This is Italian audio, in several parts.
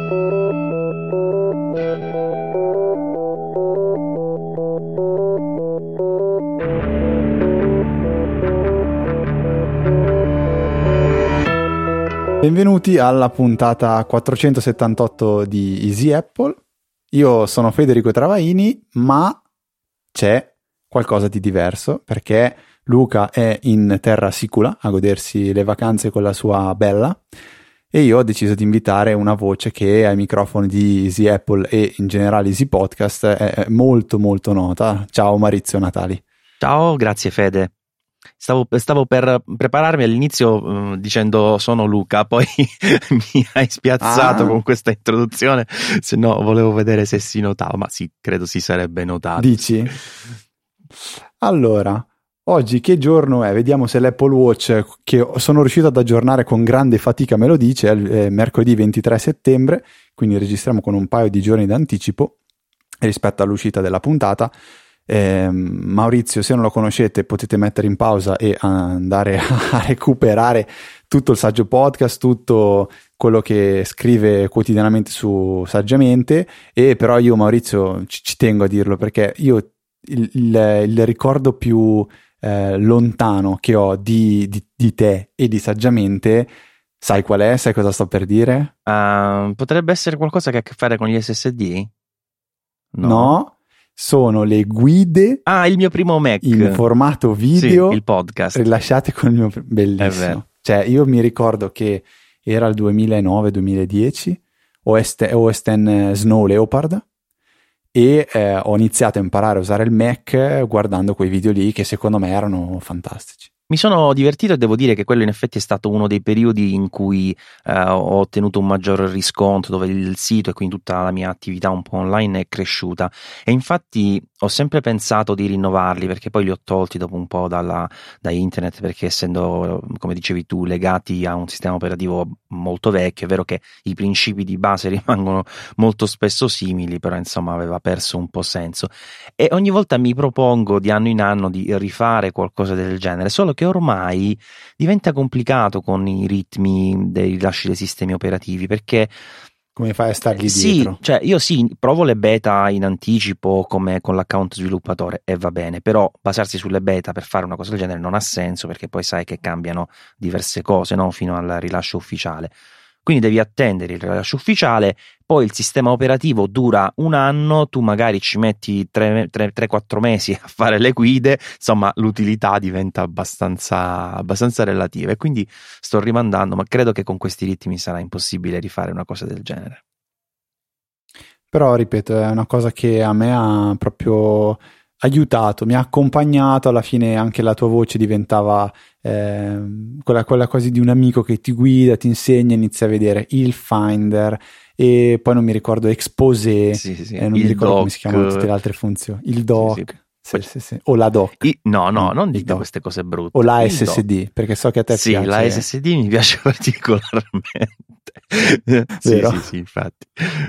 Benvenuti alla puntata 478 di Easy Apple. Io sono Federico Travaini, ma c'è qualcosa di diverso perché Luca è in terra sicula a godersi le vacanze con la sua Bella e io ho deciso di invitare una voce che ai microfoni di Easy Apple e in generale Easy Podcast è molto molto nota. Ciao Maurizio Natali. Ciao, grazie Fede. Stavo per prepararmi all'inizio dicendo sono Luca, poi mi hai spiazzato con questa introduzione, se no volevo vedere se si notava, ma sì, credo si sarebbe notato. Dici? Allora, oggi che giorno è? Vediamo se l'Apple Watch, che sono riuscito ad aggiornare con grande fatica, me lo dice, è mercoledì 23 settembre, quindi registriamo con un paio di giorni d'anticipo rispetto all'uscita della puntata. Maurizio, se non lo conoscete potete mettere in pausa e andare a recuperare tutto il saggio podcast, tutto quello che scrive quotidianamente su Saggiamente. E però io, Maurizio, ci tengo a dirlo perché io il ricordo più lontano che ho di te e di Saggiamente, sai qual è? Sai cosa sto per dire? Potrebbe essere qualcosa che ha a che fare con gli SSD? No. Sono le guide il mio primo Mac in formato video, sì, il podcast rilasciate con il mio bellissimo. Cioè io mi ricordo che era il 2009-2010 OS X Snow Leopard e ho iniziato a imparare a usare il Mac guardando quei video lì che secondo me erano fantastici. Mi sono divertito e devo dire che quello in effetti è stato uno dei periodi in cui ho ottenuto un maggior riscontro, dove il sito e quindi tutta la mia attività un po' online è cresciuta, e infatti ho sempre pensato di rinnovarli, perché poi li ho tolti dopo un po' da internet, perché essendo, come dicevi tu, legati a un sistema operativo molto vecchio, è vero che i principi di base rimangono molto spesso simili, però insomma aveva perso un po' senso, e ogni volta mi propongo di anno in anno di rifare qualcosa del genere, solo che ormai diventa complicato con i ritmi dei rilasci dei sistemi operativi, perché come fai a stargli Sì, dietro? cioè io provo le beta in anticipo come con l'account sviluppatore e va bene, però basarsi sulle beta per fare una cosa del genere non ha senso, perché poi sai che cambiano diverse cose, no? Fino al rilascio ufficiale. Quindi devi attendere il rilascio ufficiale, poi il sistema operativo dura un anno, tu magari ci metti 3-4 mesi a fare le guide, insomma l'utilità diventa abbastanza relativa, e quindi sto rimandando, ma credo che con questi ritmi sarà impossibile rifare una cosa del genere. Però ripeto, è una cosa che a me ha proprio aiutato, mi ha accompagnato, alla fine anche la tua voce diventava quella cosa di un amico che ti guida, ti insegna, inizia a vedere il Finder e poi non mi ricordo Exposé, sì. Non mi ricordo come si chiamano tutte le altre funzioni, il dock, sì. O la dock. No, non dite queste cose brutte. O la SSD, perché so che a te piace. Sì, la SSD mi piace particolarmente. Sì, infatti.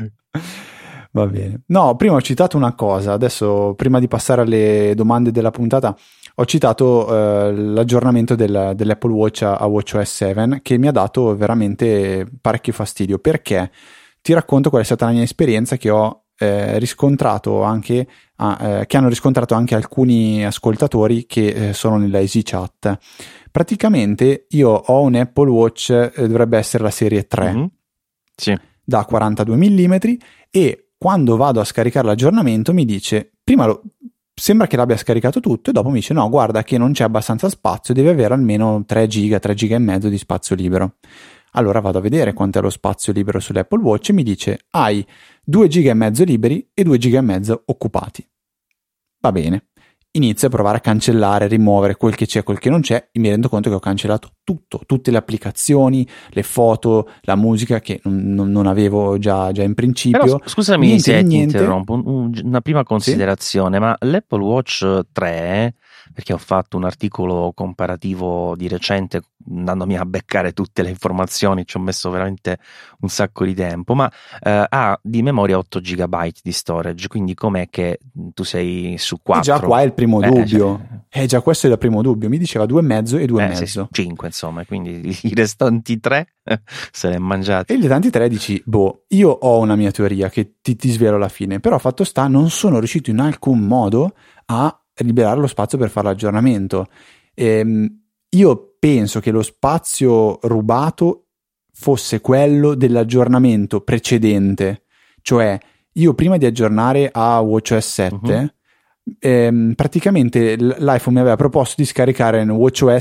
Va bene. No, prima ho citato una cosa, adesso prima di passare alle domande della puntata ho citato l'aggiornamento dell'Apple Watch a WatchOS 7, che mi ha dato veramente parecchio fastidio, perché ti racconto qual è stata la mia esperienza che ho riscontrato anche che hanno riscontrato anche alcuni ascoltatori che sono nella EasyChat. Praticamente io ho un Apple Watch, dovrebbe essere la serie 3, sì, da 42 mm, e quando vado a scaricare l'aggiornamento mi dice, sembra che l'abbia scaricato tutto, e dopo mi dice no, guarda che non c'è abbastanza spazio, deve avere almeno 3 giga e mezzo di spazio libero. Allora vado a vedere quanto è lo spazio libero sull'Apple Watch e mi dice hai 2 giga e mezzo liberi e 2 giga e mezzo occupati. Va bene. Inizio a provare a cancellare, rimuovere quel che c'è, quel che non c'è, e mi rendo conto che ho cancellato tutto, tutte le applicazioni, le foto, la musica che non avevo già in principio. Però scusami se ti interrompo, una prima considerazione, sì? Ma l'Apple Watch 3 perché ho fatto un articolo comparativo di recente andandomi a beccare tutte le informazioni, ci ho messo veramente un sacco di tempo, ma ha di memoria 8 GB di storage, quindi com'è che tu sei su 4? E già qua è il primo dubbio. Cioè, Già questo è il primo dubbio. Mi diceva 2,5 e 2,5. sì, 5 insomma, quindi i restanti 3 se li è mangiati. E gli restanti 3 dici, io ho una mia teoria che ti svelo alla fine, però fatto sta, non sono riuscito in alcun modo a liberare lo spazio per fare l'aggiornamento. Io penso che lo spazio rubato fosse quello dell'aggiornamento precedente, cioè io prima di aggiornare a WatchOS 7 praticamente l'iPhone mi aveva proposto di scaricare WatchOS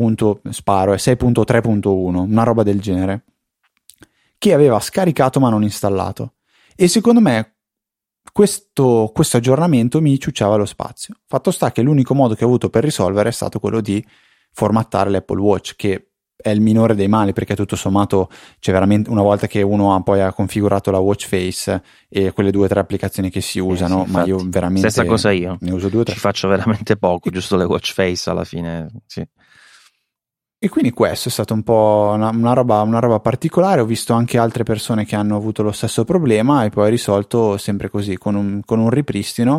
6.3.1, una roba del genere, che aveva scaricato ma non installato, e secondo me questo aggiornamento mi ciucciava lo spazio. Fatto sta che l'unico modo che ho avuto per risolvere è stato quello di formattare l'Apple Watch, che è il minore dei mali, perché tutto sommato c'è veramente, una volta che uno ha configurato la watch face e quelle 2 o 3 applicazioni che si usano, sì, ma io veramente stessa cosa io ne uso 2 o 3, ci faccio veramente poco, giusto le watch face alla fine, sì. E quindi questo è stato un po' una roba particolare. Ho visto anche altre persone che hanno avuto lo stesso problema e poi risolto sempre così, con un ripristino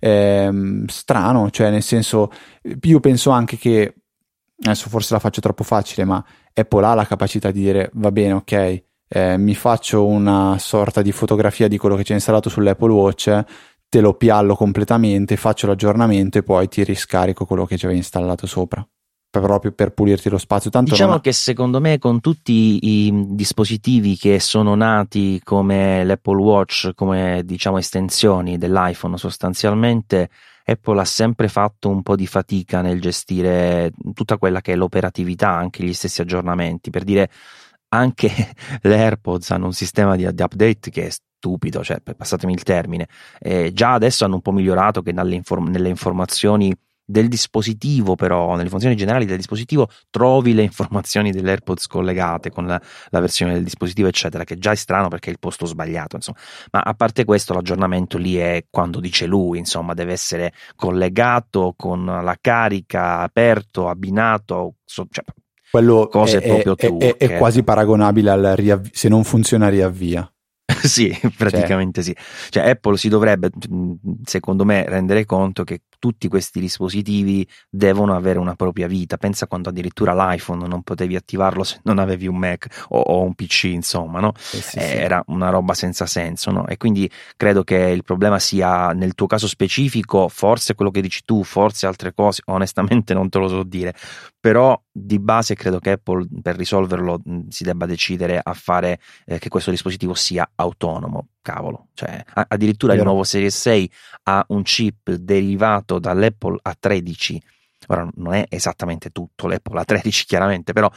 strano, cioè nel senso, io penso anche che, adesso forse la faccio troppo facile, ma Apple ha la capacità di dire va bene, ok, mi faccio una sorta di fotografia di quello che c'è installato sull'Apple Watch, te lo piallo completamente, faccio l'aggiornamento e poi ti riscarico quello che c'è installato sopra, proprio per pulirti lo spazio. Tanto diciamo che secondo me con tutti i dispositivi che sono nati come l'Apple Watch, come diciamo estensioni dell'iPhone sostanzialmente, Apple ha sempre fatto un po' di fatica nel gestire tutta quella che è l'operatività, anche gli stessi aggiornamenti. Per dire, anche le AirPods hanno un sistema di update che è stupido, cioè passatemi il termine. Già adesso hanno un po' migliorato che nelle informazioni del dispositivo, però nelle funzioni generali del dispositivo trovi le informazioni delle AirPods collegate con la versione del dispositivo eccetera, che già è strano perché è il posto sbagliato, insomma. Ma a parte questo, l'aggiornamento lì è quando dice lui, insomma, deve essere collegato con la carica, aperto, abbinato, cioè, quello cose proprio è quasi paragonabile al se non funziona riavvia. Sì, praticamente sì. Cioè Apple si dovrebbe, secondo me, rendere conto che tutti questi dispositivi devono avere una propria vita. Pensa quando addirittura l'iPhone non potevi attivarlo se non avevi un Mac o un PC, insomma, no? Sì. Era una roba senza senso, no? E quindi credo che il problema sia, nel tuo caso specifico, forse quello che dici tu, forse altre cose, onestamente non te lo so dire, però di base credo che Apple per risolverlo si debba decidere a fare che questo dispositivo sia autonomo, cavolo, cioè addirittura il nuovo Series 6 ha un chip derivato dall'Apple A13. Ora non è esattamente tutto l'Apple A13 chiaramente, però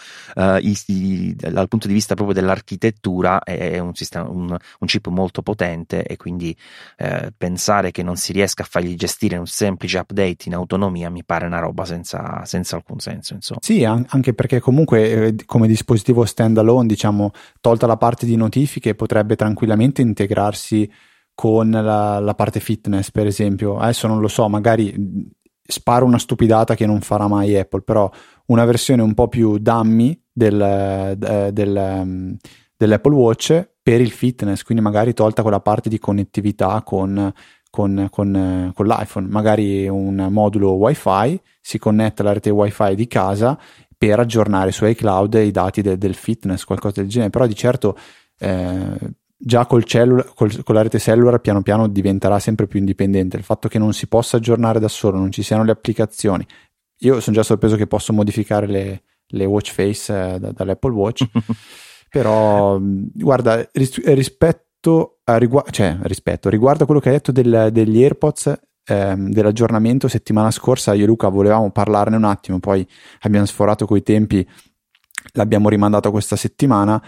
dal punto di vista proprio dell'architettura è un sistema, un chip molto potente, e quindi pensare che non si riesca a fargli gestire un semplice update in autonomia mi pare una roba senza alcun senso, insomma. Sì, anche perché comunque come dispositivo standalone, diciamo, tolta la parte di notifiche, potrebbe tranquillamente integrarsi con la parte fitness, per esempio. Adesso non lo so, magari sparo una stupidata che non farà mai Apple, però una versione un po' più dummy dell'Apple Watch per il fitness, quindi magari tolta quella parte di connettività con l'iPhone, magari un modulo Wi-Fi, si connette alla rete Wi-Fi di casa per aggiornare su iCloud i dati del fitness, qualcosa del genere. Però di certo già con la rete cellular piano piano diventerà sempre più indipendente. Il fatto che non si possa aggiornare da solo, non ci siano le applicazioni, io sono già sorpreso che posso modificare le watch face dall'Apple Watch però guarda, riguardo a quello che hai detto degli AirPods, dell'aggiornamento, settimana scorsa io e Luca volevamo parlarne un attimo, poi abbiamo sforato coi tempi, l'abbiamo rimandato questa settimana.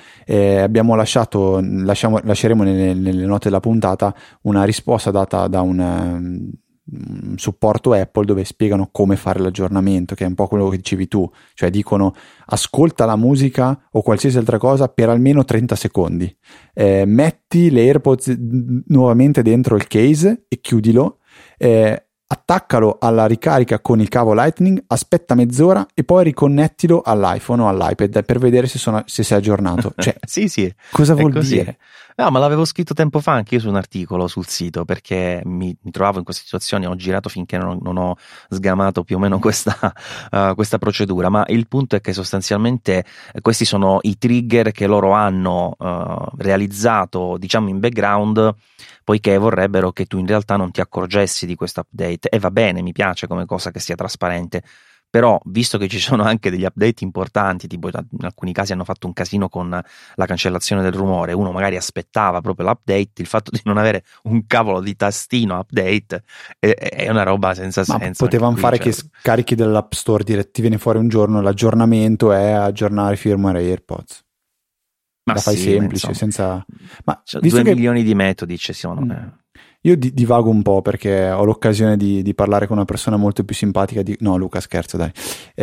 Lasceremo nelle note della puntata una risposta data da un supporto Apple, dove spiegano come fare l'aggiornamento, che è un po' quello che dicevi tu, cioè dicono ascolta la musica o qualsiasi altra cosa per almeno 30 secondi, metti le AirPods nuovamente dentro il case e chiudilo, attaccalo alla ricarica con il cavo Lightning, aspetta mezz'ora e poi riconnettilo all'iPhone o all'iPad per vedere se si è aggiornato. Cioè, sì, cosa vuol dire? No, ma l'avevo scritto tempo fa anche io su un articolo sul sito, perché mi trovavo in queste situazioni, ho girato finché non ho sgamato più o meno questa procedura, ma il punto è che sostanzialmente questi sono i trigger che loro hanno realizzato, diciamo, in background, poiché vorrebbero che tu in realtà non ti accorgessi di questo update. E va bene, mi piace come cosa che sia trasparente. Però, visto che ci sono anche degli update importanti, tipo in alcuni casi hanno fatto un casino con la cancellazione del rumore, uno magari aspettava proprio l'update, il fatto di non avere un cavolo di tastino update è una roba senza senso. Potevano fare che scarichi dall'App Store ti viene fuori un giorno, l'aggiornamento è aggiornare firmware AirPods. Ma la fai sì, semplice, ma senza... Ma cioè, 2 milioni di metodi ci sono. Io divago un po' perché ho l'occasione di parlare con una persona molto più simpatica No, Luca, scherzo, dai.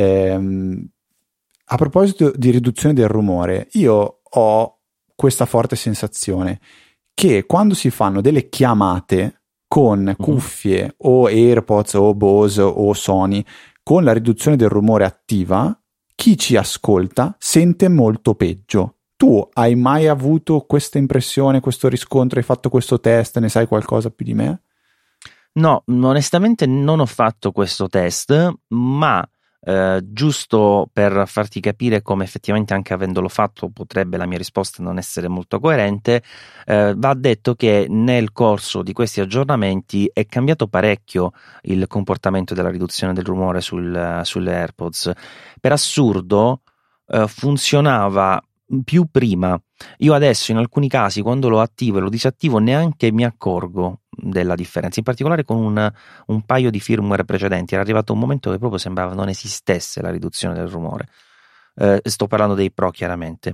A proposito di riduzione del rumore, io ho questa forte sensazione che quando si fanno delle chiamate con cuffie o AirPods o Bose o Sony con la riduzione del rumore attiva, chi ci ascolta sente molto peggio. Tu hai mai avuto questa impressione, questo riscontro? Hai fatto questo test? Ne sai qualcosa più di me? No, onestamente non ho fatto questo test, ma giusto per farti capire come effettivamente, anche avendolo fatto, potrebbe la mia risposta non essere molto coerente, va detto che nel corso di questi aggiornamenti è cambiato parecchio il comportamento della riduzione del rumore sulle AirPods. Per assurdo, funzionava più prima. Io adesso in alcuni casi, quando lo attivo e lo disattivo, neanche mi accorgo della differenza, in particolare con un paio di firmware precedenti era arrivato un momento che proprio sembrava non esistesse la riduzione del rumore. Sto parlando dei Pro, chiaramente.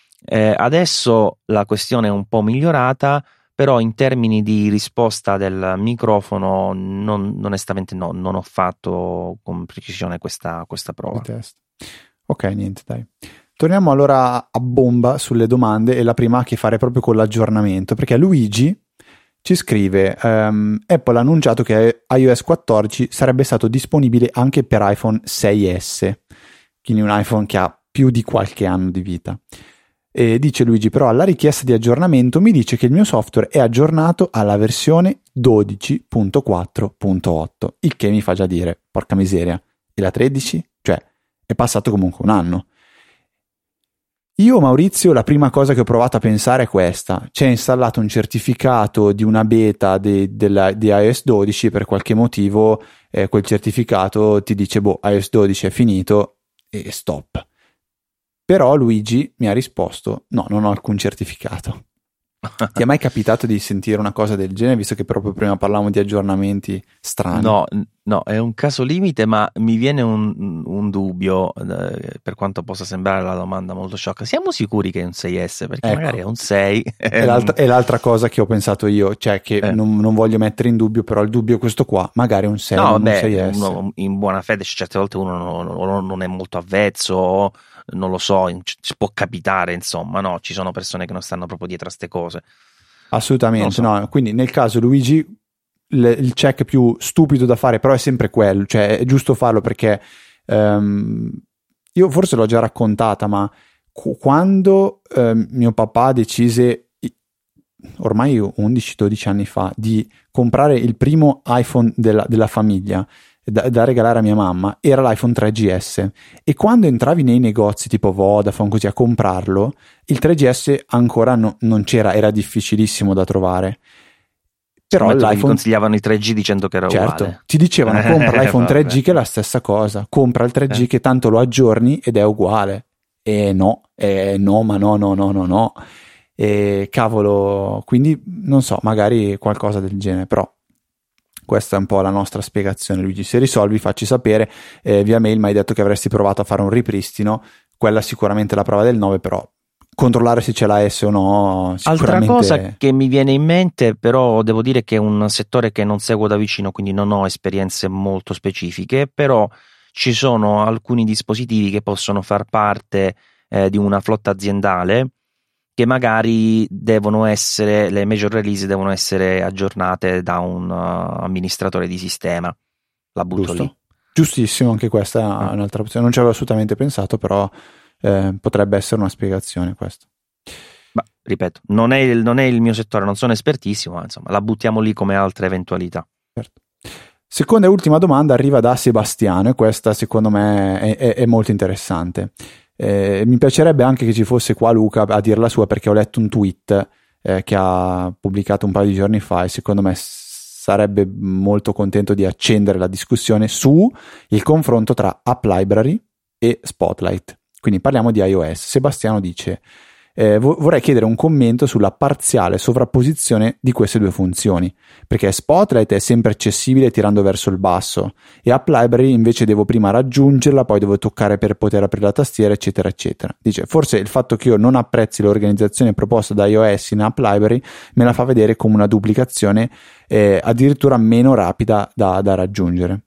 Adesso la questione è un po' migliorata, però in termini di risposta del microfono onestamente non ho fatto con precisione questa prova. Ok, niente, dai. Torniamo allora a bomba sulle domande, e la prima ha a che fare proprio con l'aggiornamento, perché Luigi ci scrive: Apple ha annunciato che iOS 14 sarebbe stato disponibile anche per iPhone 6S, quindi un iPhone che ha più di qualche anno di vita. E dice Luigi: però alla richiesta di aggiornamento mi dice che il mio software è aggiornato alla versione 12.4.8, il che mi fa già dire, porca miseria, e la 13? Cioè, è passato comunque un anno. Io, Maurizio, la prima cosa che ho provato a pensare è questa: c'è installato un certificato di una beta di iOS 12, per qualche motivo quel certificato ti dice iOS 12 è finito e stop. Però Luigi mi ha risposto: no, non ho alcun certificato. Ti è mai capitato di sentire una cosa del genere, visto che proprio prima parlavamo di aggiornamenti strani? No, è un caso limite, ma mi viene un dubbio, per quanto possa sembrare la domanda molto sciocca. Siamo sicuri che è un 6S? Perché magari è un 6. È l'altra cosa che ho pensato io, cioè che non voglio mettere in dubbio, però il dubbio è questo qua: magari un 6, non un 6S. Uno, in buona fede, certe volte uno non è molto avvezzo, non lo so, ci può capitare, insomma, no? Ci sono persone che non stanno proprio dietro a ste cose. Assolutamente, so. No. Quindi nel caso Luigi, il check più stupido da fare però è sempre quello, cioè è giusto farlo, perché io forse l'ho già raccontata, ma quando mio papà decise, ormai 11-12 anni fa, di comprare il primo iPhone della famiglia da regalare a mia mamma, era l'iPhone 3GS, e quando entravi nei negozi tipo Vodafone così a comprarlo, il 3GS ancora non c'era, era difficilissimo da trovare. Però l'iPhone ti consigliavano i 3G dicendo che era uguale. Ti dicevano: compra l'iPhone 3G che è la stessa cosa, compra il 3G che tanto lo aggiorni ed è uguale. E no, e cavolo, quindi non so, magari qualcosa del genere, però questa è un po' la nostra spiegazione. Luigi, se risolvi facci sapere. Via mail mi hai detto che avresti provato a fare un ripristino, quella sicuramente è la prova del 9, però controllare se c'è la S o no sicuramente... Altra cosa che mi viene in mente, però devo dire che è un settore che non seguo da vicino, quindi non ho esperienze molto specifiche, però ci sono alcuni dispositivi che possono far parte di una flotta aziendale che magari le major release devono essere aggiornate da un amministratore di sistema. La butto lì. Giustissimo, anche questa è un'altra opzione. Non ci avevo assolutamente pensato, però potrebbe essere una spiegazione questa. Ma, ripeto, non è il mio settore, non sono espertissimo, ma insomma la buttiamo lì come altre eventualità. Certo. Seconda e ultima domanda arriva da Sebastiano, e questa secondo me è molto interessante. Mi piacerebbe anche che ci fosse qua Luca a dire la sua, perché ho letto un tweet che ha pubblicato un paio di giorni fa e secondo me sarebbe molto contento di accendere la discussione su il confronto tra App Library e Spotlight. Quindi parliamo di iOS. Sebastiano dice: vorrei chiedere un commento sulla parziale sovrapposizione di queste due funzioni, perché Spotlight è sempre accessibile tirando verso il basso e App Library invece devo prima raggiungerla, poi devo toccare per poter aprire la tastiera, eccetera eccetera. Dice: forse il fatto che io non apprezzi l'organizzazizione proposta da iOS in App Library me la fa vedere come una duplicazione addirittura meno rapida da raggiungere.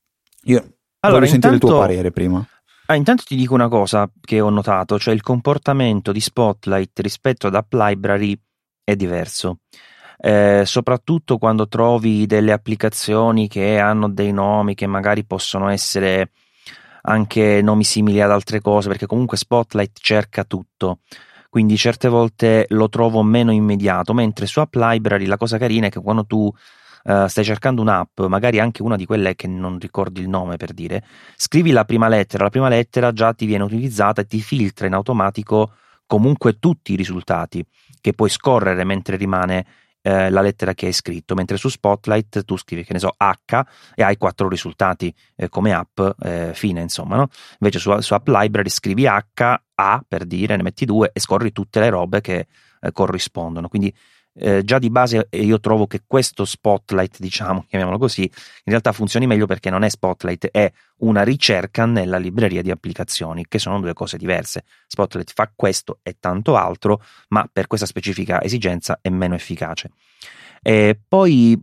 Io voglio sentire il tuo parere prima. Intanto ti dico una cosa che ho notato, cioè il comportamento di Spotlight rispetto ad App Library è diverso, soprattutto quando trovi delle applicazioni che hanno dei nomi che magari possono essere anche nomi simili ad altre cose, perché comunque Spotlight cerca tutto, quindi certe volte lo trovo meno immediato, mentre su App Library la cosa carina è che quando tu stai cercando un'app, magari anche una di quelle che non ricordi il nome, per dire, scrivi la prima lettera già ti viene utilizzata e ti filtra in automatico comunque tutti i risultati che puoi scorrere mentre rimane la lettera che hai scritto, mentre su Spotlight tu scrivi, che ne so, H e hai 4 risultati come app, fine, insomma, no? Invece su App Library scrivi H, A per dire, ne metti 2 e scorri tutte le robe che corrispondono, quindi già di base io trovo che questo Spotlight, diciamo, chiamiamolo così, in realtà funzioni meglio perché non è Spotlight, è una ricerca nella libreria di applicazioni, che sono due cose diverse. Spotlight fa questo e tanto altro, ma per questa specifica esigenza è meno efficace. E poi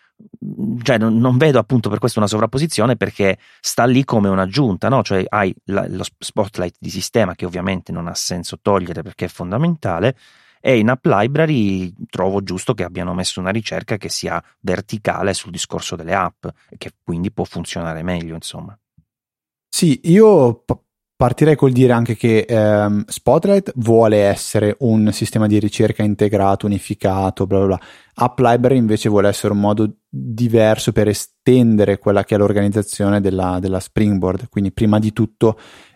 cioè non vedo appunto per questo una sovrapposizione, perché sta lì come un'aggiunta, no? Cioè hai lo Spotlight di sistema, che ovviamente non ha senso togliere perché è fondamentale, e in App Library trovo giusto che abbiano messo una ricerca che sia verticale sul discorso delle app e che quindi può funzionare meglio, insomma. Sì, io partirei col dire anche che Spotlight vuole essere un sistema di ricerca integrato, unificato, bla bla bla. App Library invece vuole essere un modo diverso per estendere quella che è l'organizzazione della Springboard, quindi prima di tutto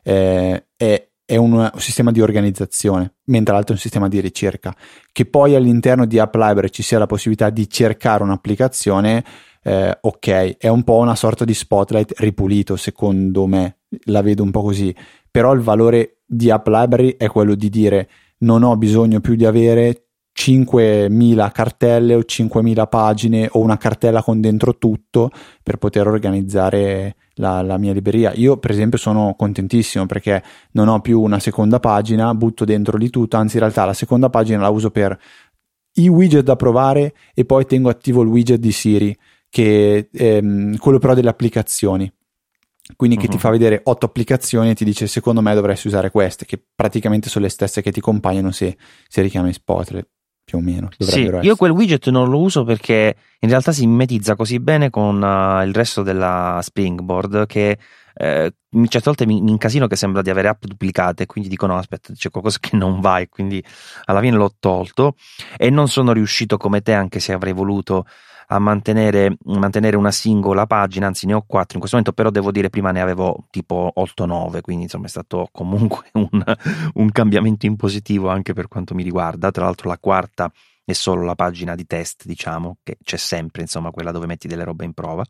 è un sistema di organizzazione, mentre l'altro è un sistema di ricerca. Che poi all'interno di App Library ci sia la possibilità di cercare un'applicazione, ok, è un po' una sorta di Spotlight ripulito, secondo me, la vedo un po' così. Però il valore di App Library è quello di dire: non ho bisogno più di avere 5.000 cartelle o 5.000 pagine o una cartella con dentro tutto per poter organizzare la mia libreria. Io per esempio sono contentissimo perché non ho più una seconda pagina, butto dentro di tutto, anzi in realtà la seconda pagina la uso per i widget da provare e poi tengo attivo il widget di Siri, che è quello però delle applicazioni, quindi che ti fa vedere 8 applicazioni e ti dice: secondo me dovresti usare queste, che praticamente sono le stesse che ti compaiono se richiami Spotlight, più o meno. Sì, io quel widget non lo uso perché in realtà si mimetizza così bene con il resto della Springboard che certe volte mi incasino, che sembra di avere app duplicate, quindi dico: no, aspetta, c'è qualcosa che non va, e quindi alla fine l'ho tolto e non sono riuscito come te, anche se avrei voluto, a mantenere una singola pagina, anzi ne ho 4 in questo momento, però devo dire prima ne avevo tipo 8-9, quindi insomma è stato comunque un cambiamento in positivo anche per quanto mi riguarda. Tra l'altro la quarta è solo la pagina di test, diciamo, che c'è sempre, insomma, quella dove metti delle robe in prova,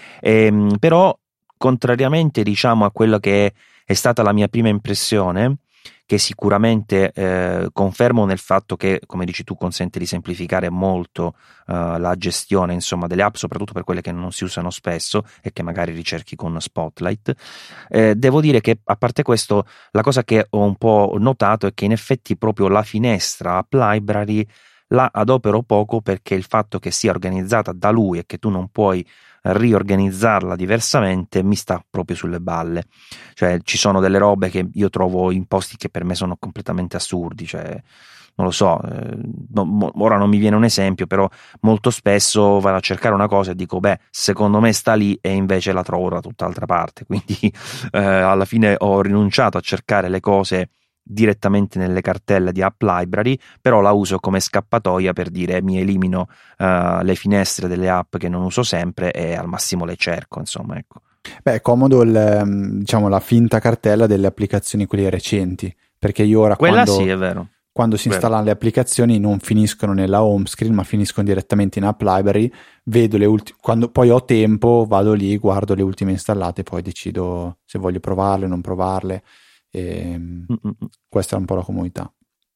però contrariamente, diciamo, a quello che è stata la mia prima impressione, che sicuramente confermo nel fatto che, come dici tu, consente di semplificare molto la gestione, insomma, delle app, soprattutto per quelle che non si usano spesso e che magari ricerchi con Spotlight. Devo dire che, a parte questo, la cosa che ho un po' notato è che in effetti proprio la finestra App Library la adopero poco, perché il fatto che sia organizzata da lui e che tu non puoi riorganizzarla diversamente mi sta proprio sulle balle. Cioè ci sono delle robe che io trovo in posti che per me sono completamente assurdi, cioè non lo so, ora non mi viene un esempio, però molto spesso vado a cercare una cosa e dico, beh, secondo me sta lì, e invece la trovo da tutt'altra parte, quindi alla fine ho rinunciato a cercare le cose direttamente nelle cartelle di App Library, però la uso come scappatoia per dire mi elimino le finestre delle app che non uso sempre e al massimo le cerco, insomma, ecco. Beh, è comodo diciamo, la finta cartella delle applicazioni, quelle recenti, perché io ora Quella sì, è vero. quando si Vero. installano le applicazioni non finiscono nella home screen, ma finiscono direttamente in App Library, vedo quando poi ho tempo vado lì, guardo le ultime installate, poi decido se voglio provarle o non provarle. Questa è un po' la comodità.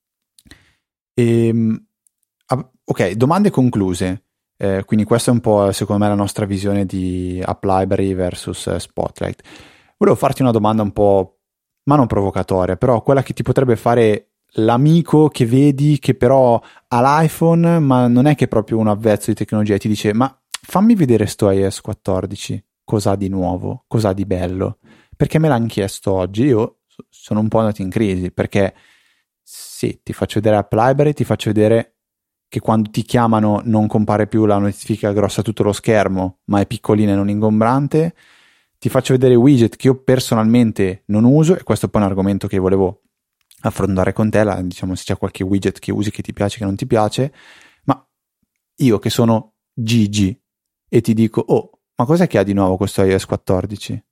Ok, domande concluse. Quindi questa è un po' secondo me la nostra visione di App Library versus Spotlight. Volevo farti una domanda un po', ma non provocatoria, però quella che ti potrebbe fare l'amico che vedi che però ha l'iPhone ma non è che è proprio un avvezzo di tecnologia e ti dice ma fammi vedere sto iOS 14, cos'ha di nuovo, cos'ha di bello, perché me l'hanno chiesto oggi. Io sono un po' andato in crisi, perché sì, ti faccio vedere App Library, ti faccio vedere che quando ti chiamano non compare più la notifica grossa a tutto lo schermo, ma è piccolina e non ingombrante. Ti faccio vedere widget che io personalmente non uso, e questo è poi un argomento che volevo affrontare con te, diciamo se c'è qualche widget che usi che ti piace, che non ti piace, ma io che sono Gigi e ti dico, oh, ma cos'è che ha di nuovo questo iOS 14?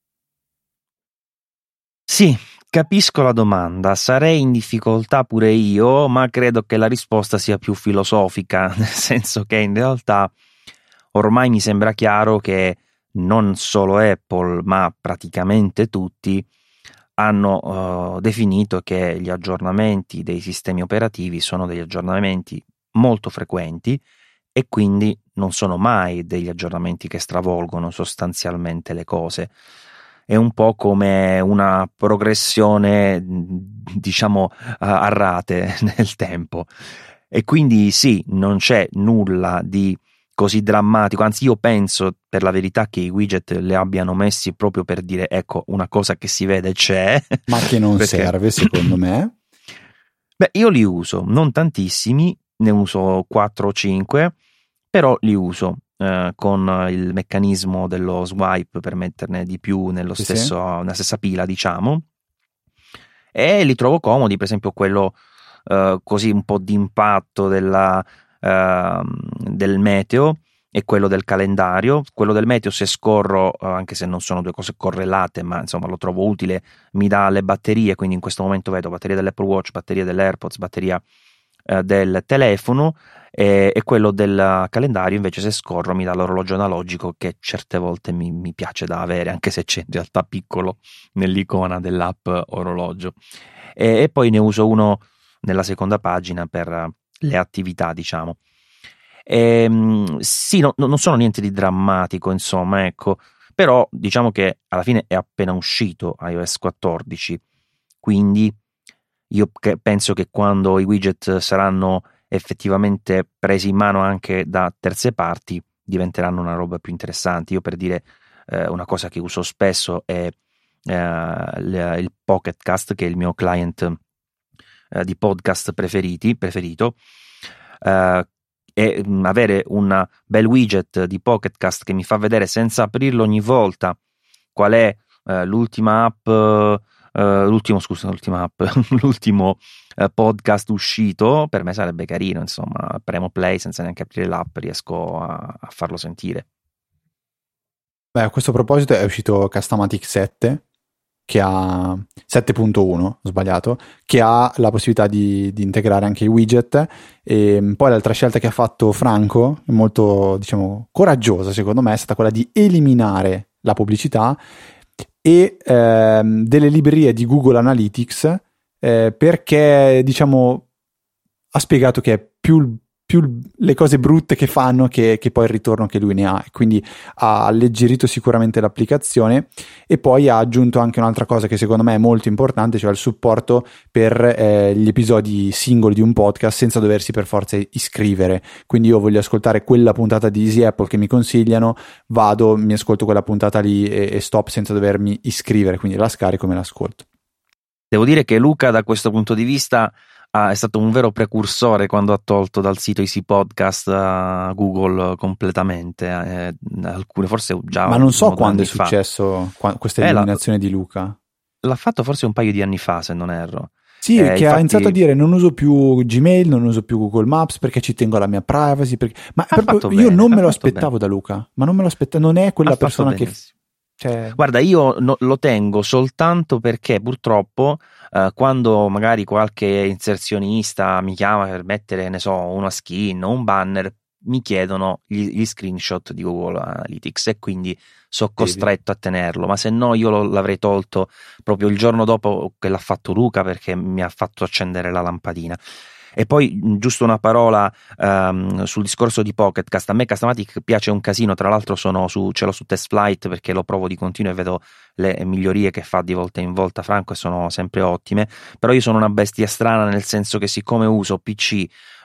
Sì, capisco la domanda, sarei in difficoltà pure io, ma credo che la risposta sia più filosofica, nel senso che in realtà ormai mi sembra chiaro che non solo Apple, ma praticamente tutti hanno definito che gli aggiornamenti dei sistemi operativi sono degli aggiornamenti molto frequenti e quindi non sono mai degli aggiornamenti che stravolgono sostanzialmente le cose. È un po' come una progressione, diciamo, a rate nel tempo. E quindi sì, non c'è nulla di così drammatico, anzi io penso per la verità che i widget le abbiano messi proprio per dire ecco una cosa che si vede c'è, ma che non perché... serve secondo me. Beh, io li uso, non tantissimi, ne uso 4 o 5, però li uso con il meccanismo dello swipe per metterne di più nello Sì, nella stessa pila, diciamo, e li trovo comodi, per esempio quello così un po' d'impatto del meteo e quello del calendario. Quello del meteo, se scorro, anche se non sono due cose correlate, ma insomma lo trovo utile, mi dà le batterie, quindi in questo momento vedo batteria dell'Apple Watch, batteria dell'AirPods, batteria del telefono, e quello del calendario invece se scorro mi dà l'orologio analogico che certe volte mi piace da avere, anche se c'è in realtà piccolo nell'icona dell'app orologio, e poi ne uso uno nella seconda pagina per le attività, diciamo. Sì, non sono niente di drammatico, insomma, ecco, però diciamo che alla fine è appena uscito iOS 14, quindi io penso che quando i widget saranno effettivamente presi in mano anche da terze parti diventeranno una roba più interessante. Io per dire una cosa che uso spesso è il Pocket Cast, che è il mio client di podcast preferito, e avere un bel widget di Pocket Cast che mi fa vedere senza aprirlo ogni volta qual è l'ultima app, l'ultimo podcast uscito, per me sarebbe carino, insomma, premo play senza neanche aprire l'app, riesco a farlo sentire. Beh, a questo proposito è uscito Castamatic 7, che ha 7.1, ho sbagliato, che ha la possibilità di integrare anche i widget. E poi l'altra scelta che ha fatto Franco, molto, diciamo, coraggiosa secondo me, è stata quella di eliminare la pubblicità e delle librerie di Google Analytics, perché, diciamo, ha spiegato che è più le cose brutte che fanno che poi il ritorno che lui ne ha, e quindi ha alleggerito sicuramente l'applicazione. E poi ha aggiunto anche un'altra cosa che secondo me è molto importante, cioè il supporto per gli episodi singoli di un podcast senza doversi per forza iscrivere. Quindi io voglio ascoltare quella puntata di Easy Apple che mi consigliano, vado, mi ascolto quella puntata lì e stop senza dovermi iscrivere, quindi la scarico e me l'ascolto. Devo dire che Luca da questo punto di vista è stato un vero precursore quando ha tolto dal sito Easy Podcast a Google completamente, alcune forse già. Ma non so quando è successo questa eliminazione di Luca. L'ha fatto forse un paio di anni fa, se non erro. Sì, che infatti... ha iniziato a dire non uso più Gmail, non uso più Google Maps perché ci tengo alla mia privacy. Ma io non me lo aspettavo da Luca, ma non me lo aspettavo, non è quella persona che... Cioè... Guarda, io lo tengo soltanto perché purtroppo quando magari qualche inserzionista mi chiama per mettere, ne so, una skin o un banner, mi chiedono gli screenshot di Google Analytics e quindi sono costretto a tenerlo, ma se no io l'avrei tolto proprio il giorno dopo che l'ha fatto Luca, perché mi ha fatto accendere la lampadina. E poi giusto una parola sul discorso di Pocket Cast. A me Castamatic piace un casino, tra l'altro ce l'ho su TestFlight perché lo provo di continuo e vedo le migliorie che fa di volta in volta Franco e sono sempre ottime. Però io sono una bestia strana, nel senso che siccome uso PC,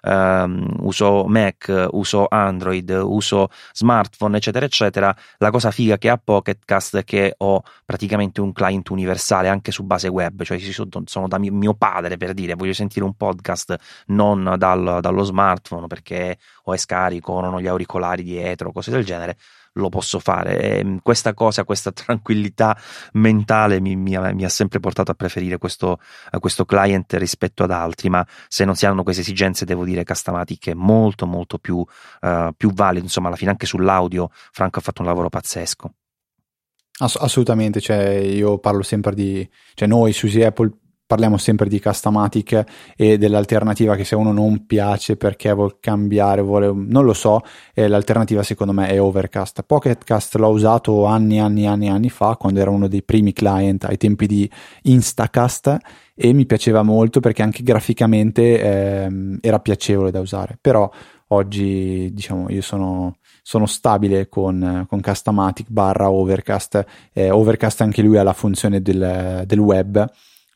uso Mac, uso Android, uso smartphone eccetera eccetera, la cosa figa che ha Pocket Cast è che ho praticamente un client universale anche su base web, cioè sono da mio padre, per dire, voglio sentire un podcast non dallo smartphone perché o è scarico o non ho gli auricolari dietro, cose del genere, lo posso fare. E questa tranquillità mentale mi ha sempre portato a preferire questo client rispetto ad altri, ma se non si hanno queste esigenze devo dire Castamatic è molto molto più valido, insomma alla fine anche sull'audio Franco ha fatto un lavoro pazzesco. Assolutamente, cioè io parlo sempre cioè noi su Easy Apple parliamo sempre di Castamatic e dell'alternativa che se uno non piace perché vuole cambiare, non lo so, l'alternativa secondo me è Overcast. Pocket Cast l'ho usato anni fa, quando era uno dei primi client ai tempi di Instacast, e mi piaceva molto perché anche graficamente era piacevole da usare. Però oggi diciamo io sono stabile con Castamatic / Overcast. Overcast anche lui ha la funzione del web,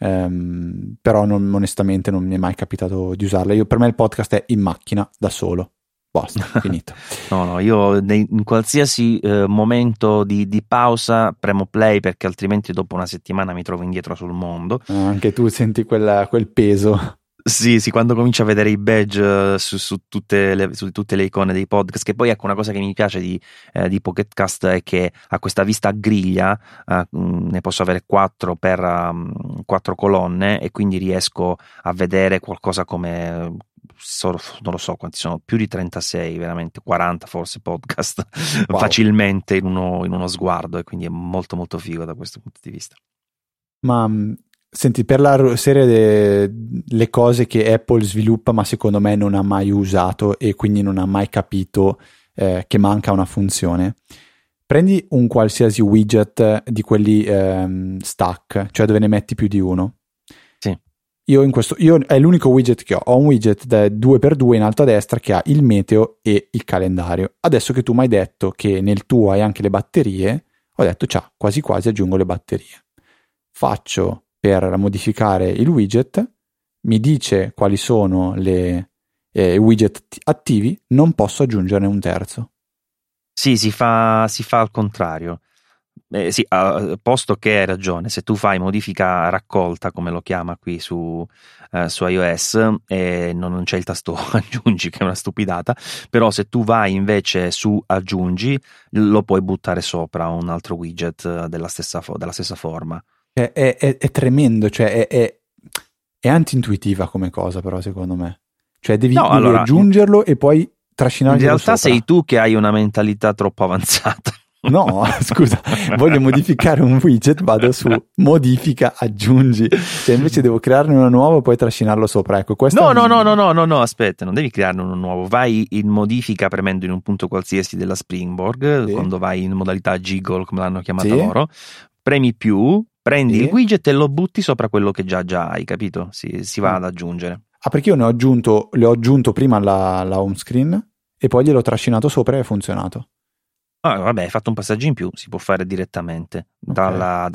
però onestamente non mi è mai capitato di usarla. Per me il podcast è in macchina da solo, basta, finito. No, io in qualsiasi momento di pausa premo play, perché altrimenti dopo una settimana mi trovo indietro sul mondo. Anche tu senti quel peso. Sì, quando comincio a vedere i badge su tutte le icone dei podcast, che poi ecco una cosa che mi piace di Pocket Cast è che ha questa vista a griglia, ne posso avere 4 per 4 colonne e quindi riesco a vedere qualcosa come, non lo so quanti sono, più di 36, veramente 40 forse podcast, wow, facilmente in uno sguardo, e quindi è molto molto figo da questo punto di vista. Ma senti, per la serie le cose che Apple sviluppa ma secondo me non ha mai usato e quindi non ha mai capito che manca una funzione, prendi un qualsiasi widget di quelli stack, cioè dove ne metti più di uno. Sì. Io è l'unico widget che ho un widget da 2x2 in alto a destra che ha il meteo e il calendario. Adesso che tu mi hai detto che nel tuo hai anche le batterie, ho detto quasi quasi aggiungo le batterie. Faccio per modificare il widget, mi dice quali sono le widget attivi, non posso aggiungerne un terzo. Sì, si fa al contrario. Sì, posto che hai ragione, se tu fai modifica raccolta, come lo chiama qui su iOS, e non c'è il tasto aggiungi, che è una stupidata, però se tu vai invece su aggiungi, lo puoi buttare sopra un altro widget della stessa forma. È tremendo, cioè è anti-intuitiva come cosa, però secondo me. Cioè devi aggiungerlo e poi trascinarlo sopra. In realtà sei tu che hai una mentalità troppo avanzata. No, scusa, voglio modificare un widget, vado su modifica, aggiungi, cioè invece devo crearne uno nuovo e poi trascinarlo sopra. Ecco, No, aspetta, non devi crearne uno nuovo, vai in modifica premendo in un punto qualsiasi della Springboard, sì, quando vai in modalità jiggle, come l'hanno chiamata loro, premi più, prendi il widget e lo butti sopra quello che già hai, capito? Si va ad aggiungere. Perché io le ho aggiunto prima alla home screen e poi gliel'ho trascinato sopra e è funzionato. Vabbè, hai fatto un passaggio in più, si può fare direttamente dalla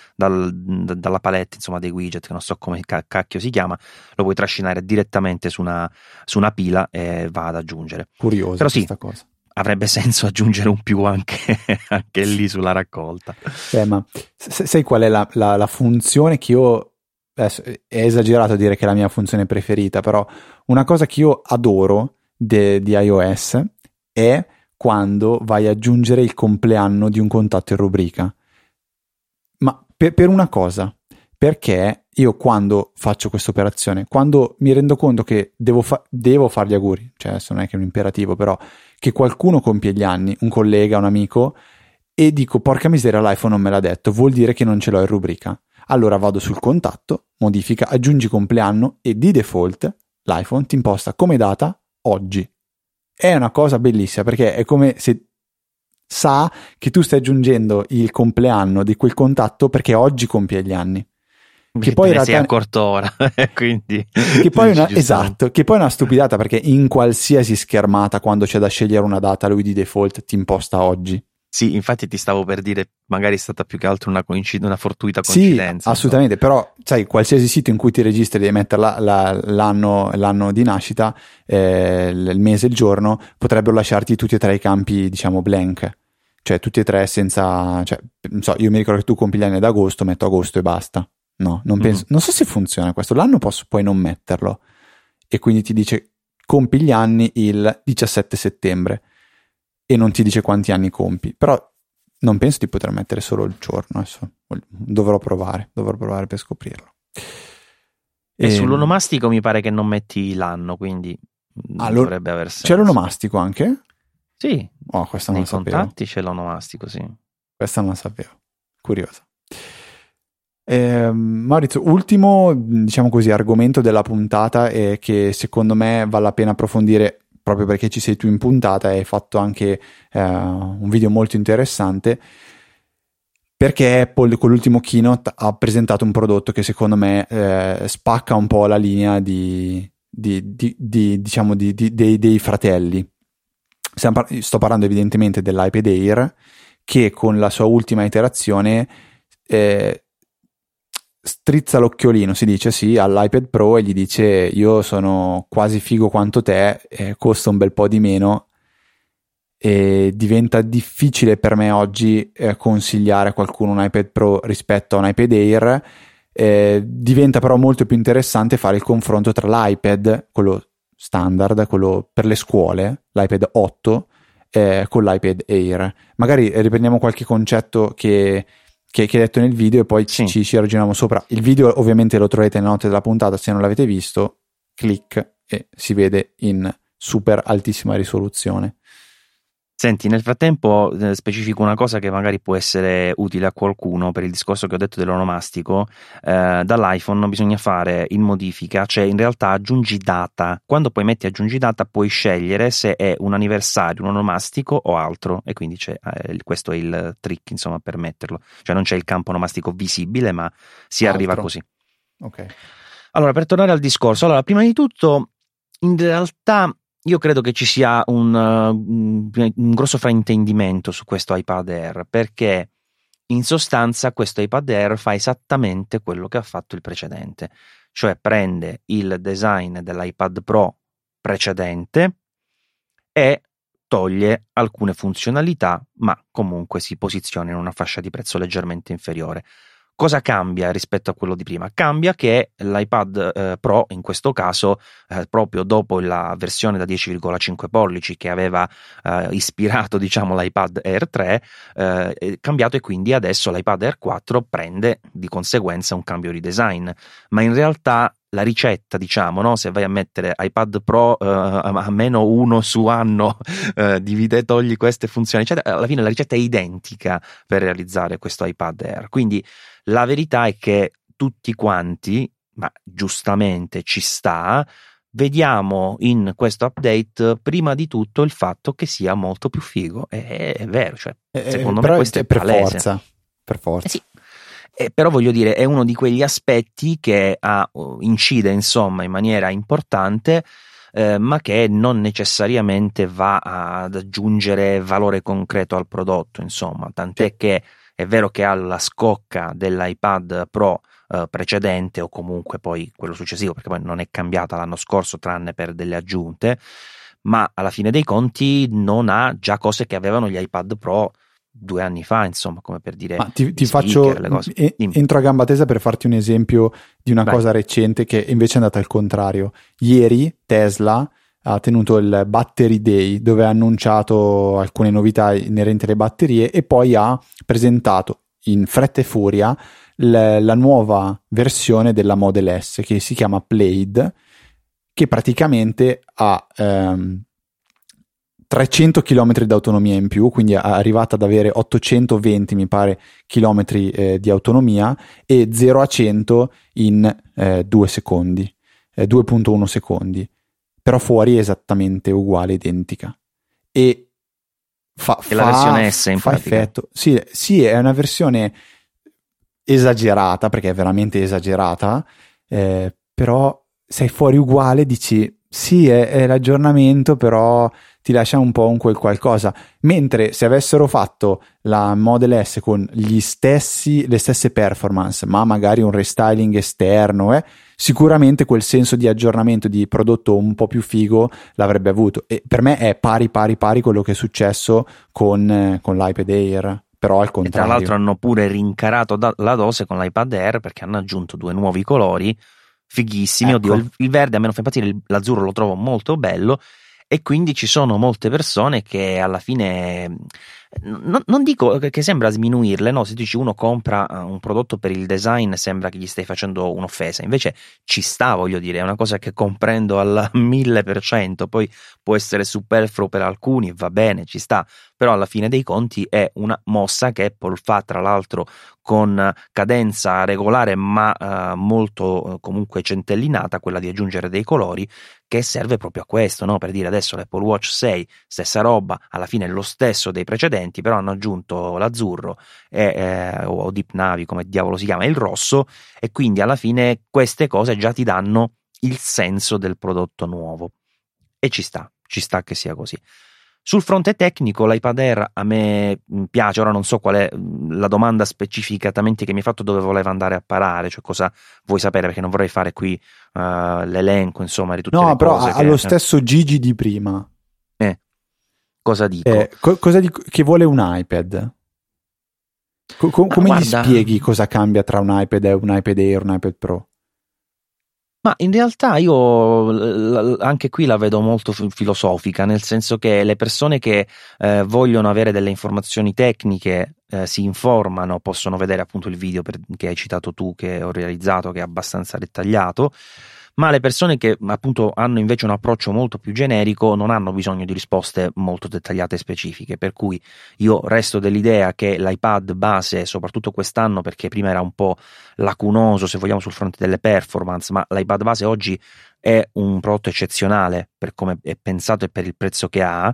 palette, insomma, dei widget, che non so come cacchio si chiama, lo puoi trascinare direttamente su una pila e va ad aggiungere. Curioso. Però questa cosa. Avrebbe senso aggiungere un più anche lì sulla raccolta. Ma sai qual è la funzione che io adesso è esagerato dire che è la mia funzione preferita, però una cosa che io adoro di iOS è quando vai ad aggiungere il compleanno di un contatto in rubrica. Ma per una cosa, perché io quando faccio questa operazione, quando mi rendo conto che devo fare gli auguri, cioè adesso non è che è un imperativo, però che qualcuno compie gli anni, un collega, un amico, e dico porca miseria l'iPhone non me l'ha detto, vuol dire che non ce l'ho in rubrica. Allora vado sul contatto, modifica, aggiungi compleanno e di default l'iPhone ti imposta come data oggi. È una cosa bellissima perché è come se sa che tu stai aggiungendo il compleanno di quel contatto perché oggi compie gli anni. Che poi in realtà sei accorto ora, quindi che poi esatto, che poi è una stupidata perché in qualsiasi schermata quando c'è da scegliere una data lui di default ti imposta oggi. Sì, infatti ti stavo per dire, magari è stata più che altro una fortuita coincidenza. Sì, assolutamente, però sai, qualsiasi sito in cui ti registri devi mettere l'anno di nascita, il mese, il giorno, potrebbero lasciarti tutti e tre i campi, diciamo, blank, cioè tutti e tre senza, cioè, non so, io mi ricordo che tu compi gli anni ad agosto, metto agosto e basta. No, non penso, non so se funziona questo, l'anno puoi non metterlo, e quindi ti dice compi gli anni il 17 settembre. E non ti dice quanti anni compi, però non penso di poter mettere solo il giorno, adesso dovrò provare per scoprirlo. E sull'onomastico mi pare che non metti l'anno, quindi dovrebbe aver senso. C'è l'onomastico anche? Sì, questa non la sapevo. Nei contatti c'è l'onomastico, sì. Questa non la sapevo, curiosa. Maurizio, ultimo, diciamo così, argomento della puntata e che secondo me vale la pena approfondire proprio perché ci sei tu in puntata e hai fatto anche un video molto interessante, perché Apple con l'ultimo keynote ha presentato un prodotto che secondo me spacca un po' la linea dei fratelli. Sto parlando evidentemente dell'iPad Air, che con la sua ultima iterazione strizza l'occhiolino, si dice sì, all'iPad Pro e gli dice io sono quasi figo quanto te, costa un bel po' di meno e diventa difficile per me oggi consigliare a qualcuno un iPad Pro rispetto a un iPad Air. Diventa però molto più interessante fare il confronto tra l'iPad, quello standard, quello per le scuole, l'iPad 8 con l'iPad Air. Magari riprendiamo qualche concetto che hai detto nel video e poi ci ragioniamo sopra. Il video ovviamente lo trovate nelle note della puntata, se non l'avete visto clic e si vede in super altissima risoluzione. Senti, nel frattempo specifico una cosa che magari può essere utile a qualcuno per il discorso che ho detto dell'onomastico. Dall'iPhone bisogna fare in modifica, cioè in realtà aggiungi data. Quando poi metti aggiungi data puoi scegliere se è un anniversario, un onomastico o altro, e quindi questo è il trick, insomma, per metterlo. Cioè non c'è il campo onomastico visibile, ma si arriva così. Ok. Allora, per tornare al discorso, prima di tutto, in realtà io credo che ci sia un grosso fraintendimento su questo iPad Air, perché in sostanza questo iPad Air fa esattamente quello che ha fatto il precedente, cioè prende il design dell'iPad Pro precedente e toglie alcune funzionalità, ma comunque si posiziona in una fascia di prezzo leggermente inferiore. Cosa cambia rispetto a quello di prima? Cambia che l'iPad Pro, in questo caso, proprio dopo la versione da 10,5 pollici che aveva ispirato, diciamo, l'iPad Air 3, è cambiato, e quindi adesso l'iPad Air 4 prende di conseguenza un cambio di design. Ma in realtà la ricetta, diciamo, no? Se vai a mettere iPad Pro a meno 1 su anno, divide, togli queste funzioni, eccetera, alla fine la ricetta è identica per realizzare questo iPad Air. Quindi la verità è che tutti quanti, ma giustamente ci sta, vediamo in questo update prima di tutto il fatto che sia molto più figo. È vero, cioè, secondo me questo è per palese. Per forza. Sì. Però voglio dire, è uno di quegli aspetti che incide, insomma, in maniera importante, ma che non necessariamente va ad aggiungere valore concreto al prodotto, insomma, tant'è che è vero che ha la scocca dell'iPad Pro precedente, o comunque poi quello successivo, perché poi non è cambiata l'anno scorso tranne per delle aggiunte, ma alla fine dei conti non ha già cose che avevano gli iPad Pro 2 anni fa, insomma, come per dire. Ma ti speaker, faccio, le cose. entro a gamba tesa per farti un esempio di una Vai. cosa recente che invece è andata al contrario. Ieri Tesla ha tenuto il Battery Day dove ha annunciato alcune novità inerenti alle batterie e poi ha presentato in fretta e furia la nuova versione della Model S che si chiama Plaid, che praticamente ha 300 km di autonomia in più, quindi è arrivata ad avere 820, mi pare, chilometri di autonomia e 0 a 100 in 2 secondi, 2.1 secondi, però fuori è esattamente uguale, identica. E È la versione S in fa pratica. effetto. Sì, è una versione esagerata, perché è veramente esagerata, però sei fuori uguale, dici sì, è l'aggiornamento, però ti lascia un po' un quel qualcosa. Mentre se avessero fatto la Model S con le stesse performance, ma magari un restyling esterno, sicuramente quel senso di aggiornamento di prodotto un po' più figo l'avrebbe avuto. E per me è pari quello che è successo con l'iPad Air, però al E tra contrario. l'altro hanno pure rincarato la dose con l'iPad Air perché hanno aggiunto 2 nuovi colori fighissimi. Ecco. Oddio, il verde a me non fa impazzire, l'azzurro lo trovo molto bello. E quindi ci sono molte persone che alla fine, non dico che sembra sminuirle, no, se dici uno compra un prodotto per il design sembra che gli stai facendo un'offesa, invece ci sta, voglio dire, è una cosa che comprendo al 1000%, poi può essere superfluo per alcuni, va bene, ci sta, però alla fine dei conti è una mossa che Apple fa tra l'altro con cadenza regolare ma molto comunque centellinata, quella di aggiungere dei colori, che serve proprio a questo, no? Per dire adesso l'Apple Watch 6, stessa roba, alla fine è lo stesso dei precedenti, però hanno aggiunto l'azzurro o Deep Navy, come diavolo si chiama, il rosso, e quindi alla fine queste cose già ti danno il senso del prodotto nuovo. E ci sta che sia così. Sul fronte tecnico l'iPad Air a me piace, ora non so qual è la domanda specificatamente che mi hai fatto, dove voleva andare a parare, cioè cosa vuoi sapere, perché non vorrei fare qui l'elenco insomma di tutte le No, però cose ha lo stesso Gigi di prima. Cosa dico? Che vuole un iPad. Come gli spieghi cosa cambia tra un iPad e un iPad Air e un iPad Pro? Ma in realtà io anche qui la vedo molto filosofica, nel senso che le persone che vogliono avere delle informazioni tecniche si informano, possono vedere appunto il video che hai citato tu, che ho realizzato, che è abbastanza dettagliato, ma le persone che appunto hanno invece un approccio molto più generico non hanno bisogno di risposte molto dettagliate e specifiche, per cui io resto dell'idea che l'iPad base, soprattutto quest'anno, perché prima era un po' lacunoso se vogliamo sul fronte delle performance, ma l'iPad base oggi è un prodotto eccezionale per come è pensato e per il prezzo che ha.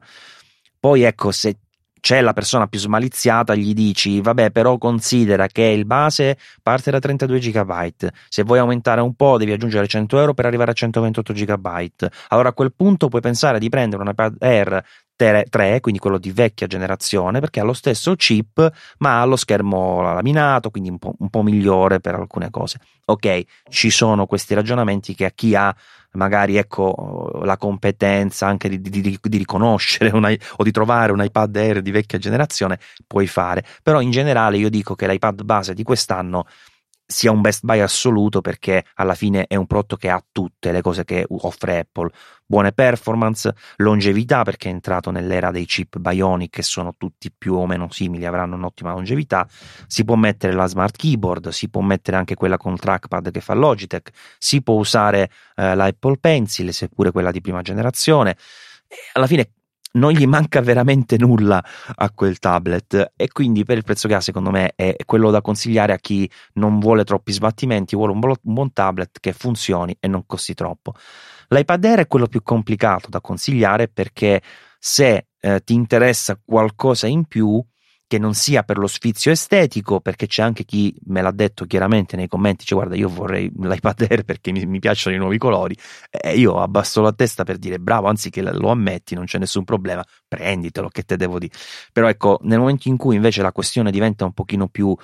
Poi ecco, se c'è la persona più smaliziata, gli dici vabbè, però considera che il base parte da 32 GB, se vuoi aumentare un po' devi aggiungere 100 euro per arrivare a 128 GB, allora a quel punto puoi pensare di prendere un iPad Air 3, quindi quello di vecchia generazione, perché ha lo stesso chip ma ha lo schermo laminato, quindi un po' migliore per alcune cose. Ok, ci sono questi ragionamenti che a chi ha magari ecco la competenza anche di riconoscere o di trovare un iPad Air di vecchia generazione puoi fare, però in generale io dico che l'iPad base di quest'anno sia un best buy assoluto, perché alla fine è un prodotto che ha tutte le cose che offre Apple: buone performance, longevità, perché è entrato nell'era dei chip Bionic che sono tutti più o meno simili, avranno un'ottima longevità, si può mettere la smart keyboard, si può mettere anche quella con trackpad che fa Logitech, si può usare l'Apple Pencil, seppure quella di prima generazione, e alla fine non gli manca veramente nulla a quel tablet, e quindi per il prezzo che ha secondo me è quello da consigliare a chi non vuole troppi sbattimenti, vuole un buon tablet che funzioni e non costi troppo. L'iPad Air è quello più complicato da consigliare, perché se ti interessa qualcosa in più che non sia per lo sfizio estetico, perché c'è anche chi me l'ha detto chiaramente nei commenti, cioè guarda, io vorrei l'iPad Air perché mi piacciono i nuovi colori, e io abbasso la testa per dire bravo, anzi che lo ammetti, non c'è nessun problema, prenditelo, che te devo dire. Però ecco, nel momento in cui invece la questione diventa un pochino più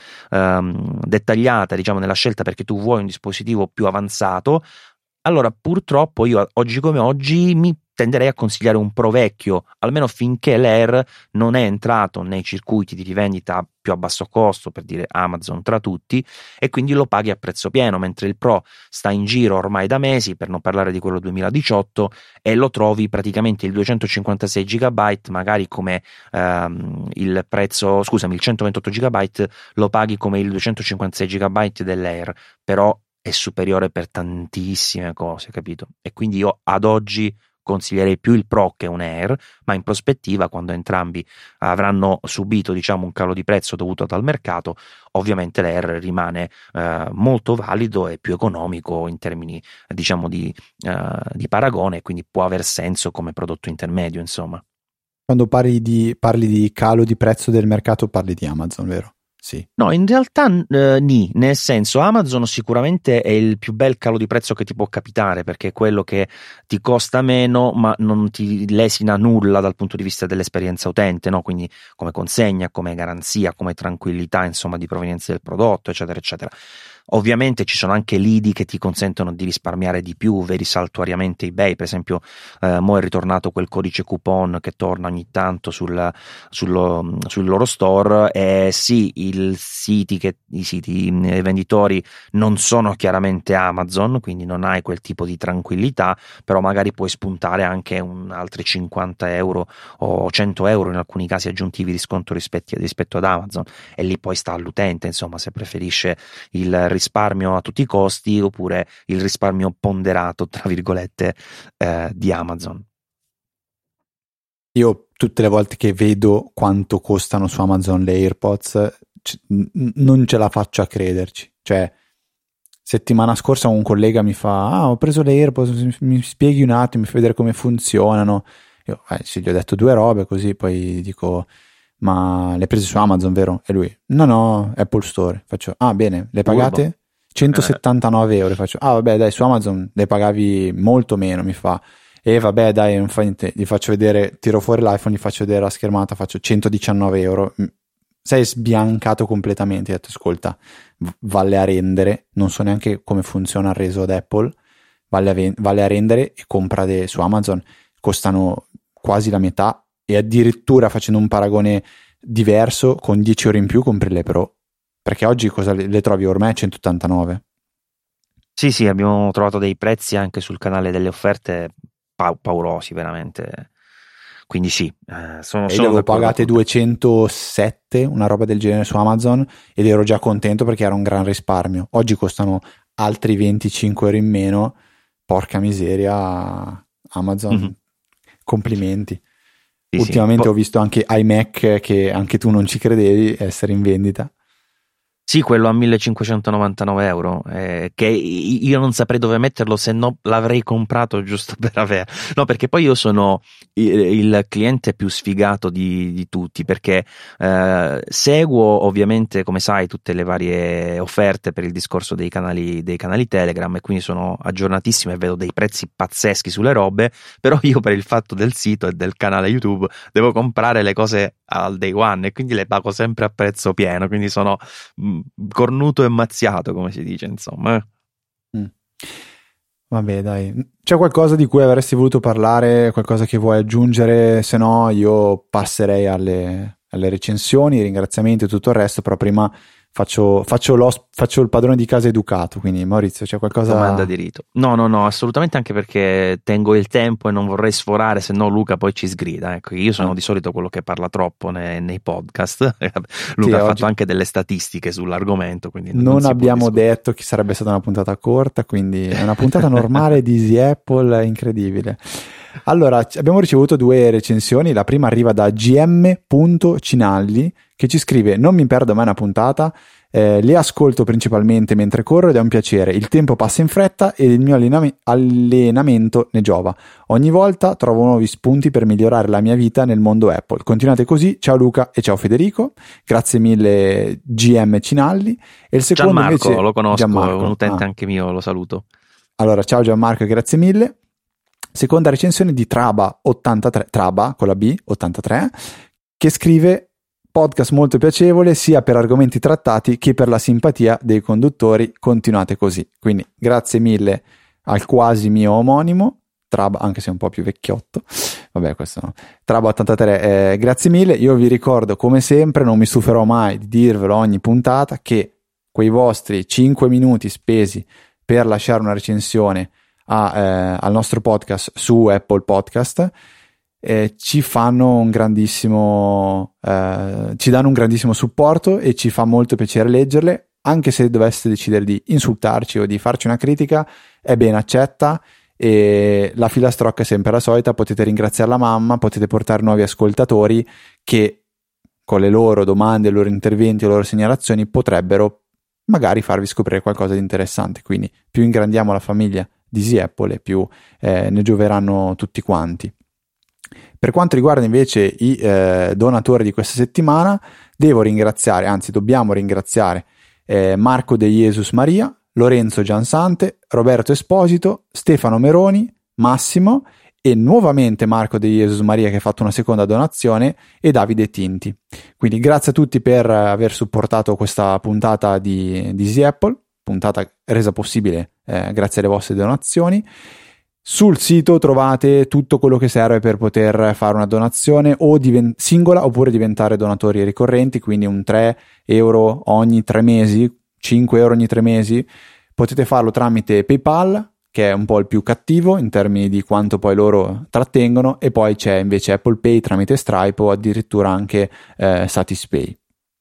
dettagliata, diciamo, nella scelta, perché tu vuoi un dispositivo più avanzato, allora purtroppo io oggi come oggi mi tenderei a consigliare un Pro vecchio, almeno finché l'Air non è entrato nei circuiti di rivendita più a basso costo, per dire Amazon tra tutti, e quindi lo paghi a prezzo pieno, mentre il Pro sta in giro ormai da mesi, per non parlare di quello 2018, e lo trovi praticamente il 256 GB, magari come il prezzo, scusami, il 128 GB lo paghi come il 256 GB dell'Air, però è superiore per tantissime cose, capito? E quindi io ad oggi consiglierei più il Pro che un Air, ma in prospettiva, quando entrambi avranno subito, diciamo, un calo di prezzo dovuto dal mercato, ovviamente l'Air rimane molto valido e più economico in termini, diciamo, di paragone, quindi può aver senso come prodotto intermedio, insomma. Quando parli di calo di prezzo del mercato, parli di Amazon, vero? Sì. No, in realtà nel senso, Amazon sicuramente è il più bel calo di prezzo che ti può capitare, perché è quello che ti costa meno ma non ti lesina nulla dal punto di vista dell'esperienza utente, no? Quindi come consegna, come garanzia, come tranquillità, insomma, di provenienza del prodotto, eccetera eccetera. Ovviamente ci sono anche lidi che ti consentono di risparmiare di più, vedi saltuariamente eBay, per esempio mo è ritornato quel codice coupon che torna ogni tanto sul loro store, e sì, i venditori non sono chiaramente Amazon, quindi non hai quel tipo di tranquillità, però magari puoi spuntare anche altri 50 euro o 100 euro in alcuni casi aggiuntivi di sconto rispetto ad Amazon, e lì poi sta all'utente, insomma, se preferisce il risparmio a tutti i costi oppure il risparmio ponderato, tra virgolette, di Amazon. Io tutte le volte che vedo quanto costano su Amazon le AirPods non ce la faccio a crederci. Cioè, settimana scorsa un collega mi fa: ho preso le AirPods, mi spieghi un attimo, mi fai vedere come funzionano. Io sì, gli ho detto due robe, così poi dico: ma le hai prese su Amazon, vero? E lui: no, Apple Store. Faccio: ah, bene, le pagate? 179 euro. Faccio: ah, vabbè, dai, su Amazon le pagavi molto meno. Mi fa: e vabbè, dai, non fa niente. Gli faccio vedere, tiro fuori l'iPhone, gli faccio vedere la schermata, faccio 119 euro. Sei sbiancato completamente. Ho detto: ascolta, valle a rendere, non so neanche come funziona il reso ad Apple, valle a rendere e compra su Amazon, costano quasi la metà, e addirittura, facendo un paragone diverso, con 10 euro in più compri le Pro, perché oggi cosa le trovi ormai a 189. Sì, abbiamo trovato dei prezzi anche sul canale delle offerte paurosi, veramente. Quindi sì, sono avevo pagate 207, una roba del genere, su Amazon, ed ero già contento perché era un gran risparmio. Oggi costano altri 25 euro in meno. Porca miseria, Amazon. Mm-hmm. Complimenti. Sì, ultimamente ho visto anche iMac, che anche tu non ci credevi essere in vendita. Sì, quello a 1599 euro, che io non saprei dove metterlo, se no l'avrei comprato giusto per avere. No, perché poi io sono il cliente più sfigato di tutti, perché seguo ovviamente, come sai, tutte le varie offerte per il discorso dei canali Telegram, e quindi sono aggiornatissimo e vedo dei prezzi pazzeschi sulle robe, però io, per il fatto del sito e del canale YouTube, devo comprare le cose al day one e quindi le pago sempre a prezzo pieno, quindi sono cornuto e mazziato, come si dice, insomma. Vabbè, dai, c'è qualcosa di cui avresti voluto parlare, qualcosa che vuoi aggiungere? Se no io passerei alle recensioni, ringraziamenti e tutto il resto, però prima faccio il padrone di casa educato. Quindi Maurizio, c'è qualcosa? Domanda di rito. No, assolutamente, anche perché tengo il tempo e non vorrei sforare, se no Luca poi ci sgrida. Ecco, io sono di solito quello che parla troppo nei podcast. Luca ha fatto anche delle statistiche sull'argomento, quindi non abbiamo detto che sarebbe stata una puntata corta, quindi è una puntata normale di Easy Apple, incredibile. Allora, abbiamo ricevuto 2 recensioni. La prima arriva da gm.cinalli, che ci scrive: non mi perdo mai una puntata, le ascolto principalmente mentre corro ed è un piacere, il tempo passa in fretta e il mio allenamento ne giova, ogni volta trovo nuovi spunti per migliorare la mia vita nel mondo Apple. Continuate così, ciao Luca e ciao Federico, grazie mille GM Cinalli. E il secondo Gianmarco, invece, lo conosco, Gianmarco, è un utente anche mio, lo saluto. Allora, ciao Gianmarco e grazie mille. Seconda recensione di Traba83, Traba con la B 83, che scrive: podcast molto piacevole sia per argomenti trattati che per la simpatia dei conduttori, continuate così. Quindi grazie mille al quasi mio omonimo, Trab, anche se è un po' più vecchiotto, vabbè questo no. Trab83, grazie mille. Io vi ricordo come sempre, non mi stuferò mai di dirvelo ogni puntata, che quei vostri 5 minuti spesi per lasciare una recensione al nostro podcast su Apple Podcast ci fanno un grandissimo ci danno un grandissimo supporto e ci fa molto piacere leggerle. Anche se doveste decidere di insultarci o di farci una critica, è ben accetta, e la filastrocca è sempre la solita: potete ringraziare la mamma, potete portare nuovi ascoltatori che con le loro domande, i loro interventi, le loro segnalazioni potrebbero magari farvi scoprire qualcosa di interessante. Quindi più ingrandiamo la famiglia di Easy Apple, più ne gioveranno tutti quanti. Per quanto riguarda invece i donatori di questa settimana, dobbiamo ringraziare Marco De Jesus Maria, Lorenzo Giansante, Roberto Esposito, Stefano Meroni, Massimo e nuovamente Marco De Jesus Maria, che ha fatto una seconda donazione, e Davide Tinti. Quindi grazie a tutti per aver supportato questa puntata di Easy Apple, puntata resa possibile grazie alle vostre donazioni. Sul sito trovate tutto quello che serve per poter fare una donazione o singola oppure diventare donatori ricorrenti, quindi un 3 euro ogni 3 mesi, 5 euro ogni 3 mesi. Potete farlo tramite PayPal, che è un po' il più cattivo in termini di quanto poi loro trattengono, e poi c'è invece Apple Pay tramite Stripe o addirittura anche Satispay.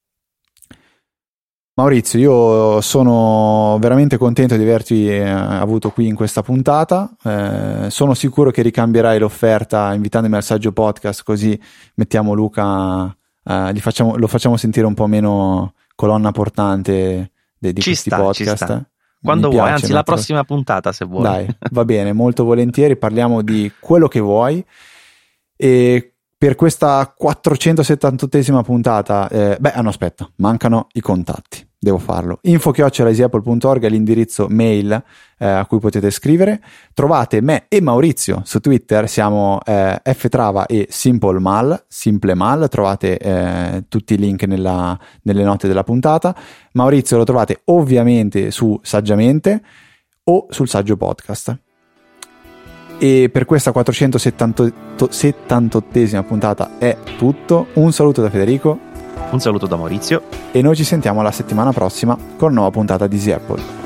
Maurizio, io sono veramente contento di averti avuto qui in questa puntata. Sono sicuro che ricambierai l'offerta invitandomi al Saggio Podcast, così mettiamo Luca, lo facciamo sentire un po' meno colonna portante di questi podcast. Quando vuoi, anzi la prossima puntata se vuoi. Dai, va bene, molto volentieri, parliamo di quello che vuoi. E per questa 478esima puntata, aspetta, mancano i contatti. Devo farlo. info@easyapple.org è l'indirizzo mail a cui potete scrivere. Trovate me e Maurizio su Twitter, siamo ftrava e simplemal. Trovate tutti i link nelle note della puntata. Maurizio lo trovate ovviamente su Saggiamente o sul Saggio Podcast. E per questa 478esima puntata è tutto. Un saluto da Federico. Un saluto da Maurizio. E noi ci sentiamo la settimana prossima con una nuova puntata di Easy Apple.